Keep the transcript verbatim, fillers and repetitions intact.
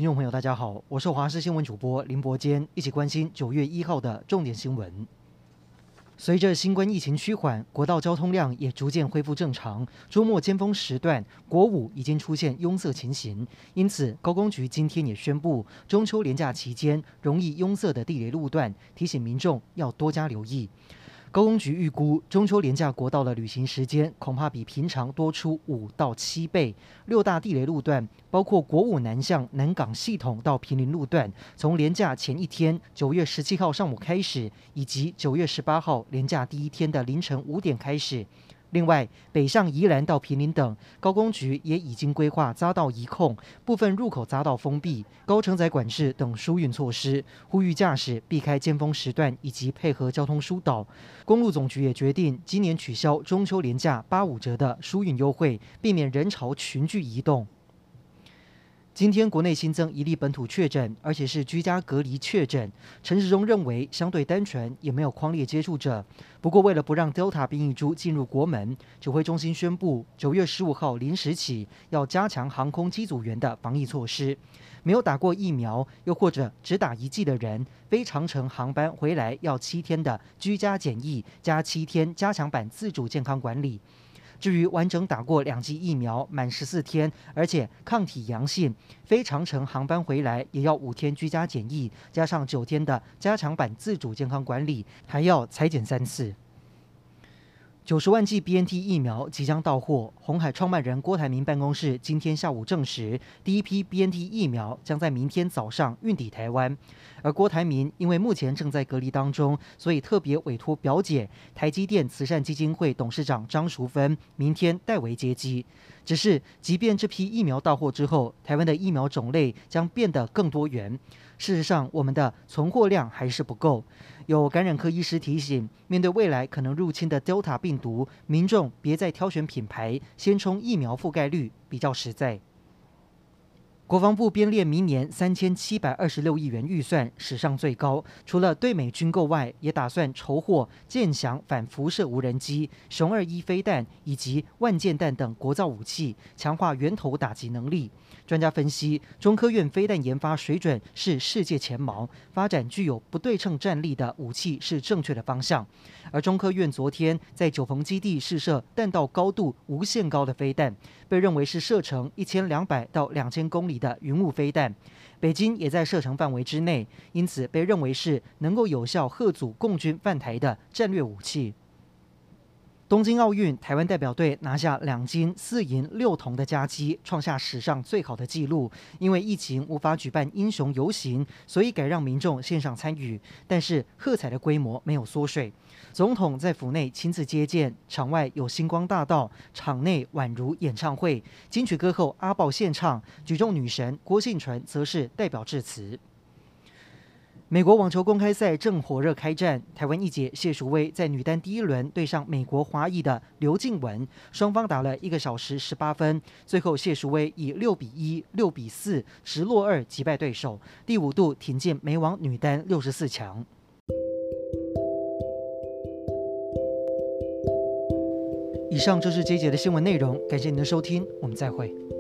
众朋友，大家好，我是华视新闻主播林伯坚，一起关心九月一号的重点新闻。随着新冠疫情趋缓，国道交通量也逐渐恢复正常。周末尖峰时段，国五已经出现拥塞情形，因此高工局今天也宣布，中秋连假期间容易拥塞的地雷路段，提醒民众要多加留意。高工局预估，中秋连假国道的旅行时间恐怕比平常多出五到七倍。六大地雷路段包括国五南向南港系统到坪林路段，从连假前一天九月十七号上午开始，以及九月十八号连假第一天的凌晨五点开始。另外，北向宜兰到坪林等，高工局也已经规划匝道移控，部分入口匝道封闭、高承载管制等疏运措施，呼吁驾驶避开尖峰时段，以及配合交通疏导。公路总局也决定今年取消中秋连假八五折的疏运优惠，避免人潮群聚移动。今天国内新增一例本土确诊，而且是居家隔离确诊。陈时中认为相对单纯，也没有匡列接触者。不过，为了不让 Delta 变异株进入国门，指挥中心宣布，九月十五号零时起要加强航空机组员的防疫措施。没有打过疫苗，又或者只打一剂的人，非长程航班回来要七天的居家检疫，加七天加强版自主健康管理。至于完整打过两剂疫苗满十四天，而且抗体阳性，非长程航班回来也要五天居家检疫，加上九天的加强版自主健康管理，还要采检三次。九十万剂 B N T 疫苗即将到货，鸿海创办人郭台铭办公室今天下午证实，第一批 B N T 疫苗将在明天早上运抵台湾。而郭台铭因为目前正在隔离当中，所以特别委托表姐台积电慈善基金会董事长张淑芬明天代为接机。只是，即便这批疫苗到货之后，台湾的疫苗种类将变得更多元。事实上，我们的存货量还是不够。有感染科医师提醒，面对未来可能入侵的 Delta 病毒，民众别再挑选品牌，先冲疫苗覆盖率比较实在。国防部编列明年三千七百二十六亿元预算，史上最高。除了对美军购外，也打算筹获剑翔反辐射无人机、雄二一飞弹以及万箭弹等国造武器，强化源头打击能力。专家分析，中科院飞弹研发水准是世界前茅，发展具有不对称战力的武器是正确的方向。而中科院昨天在九鹏基地试射弹道高度无限高的飞弹，被认为是射程一千两百到两千公里的云雾飞弹。北京也在射程范围之内，因此被认为是能够有效嚇阻共军犯台的战略武器。东京奥运，台湾代表队拿下两金四银六铜的佳绩，创下史上最好的纪录。因为疫情无法举办英雄游行，所以改让民众线上参与，但是喝彩的规模没有缩水。总统在府内亲自接见，场外有星光大道，场内宛如演唱会。金曲歌后阿爆献唱，举重女神郭婞淳则是代表致辞。美国网球公开赛正火热开战，台湾一姐谢淑薇在女单第一轮对上美国华裔的刘静雯，双方打了一个小时十八分，最后谢淑薇以六比一、六比四直落二击败对手，第五度挺进美网女单六十四强。以上就是这一节的新闻内容，感谢您的收听，我们再会。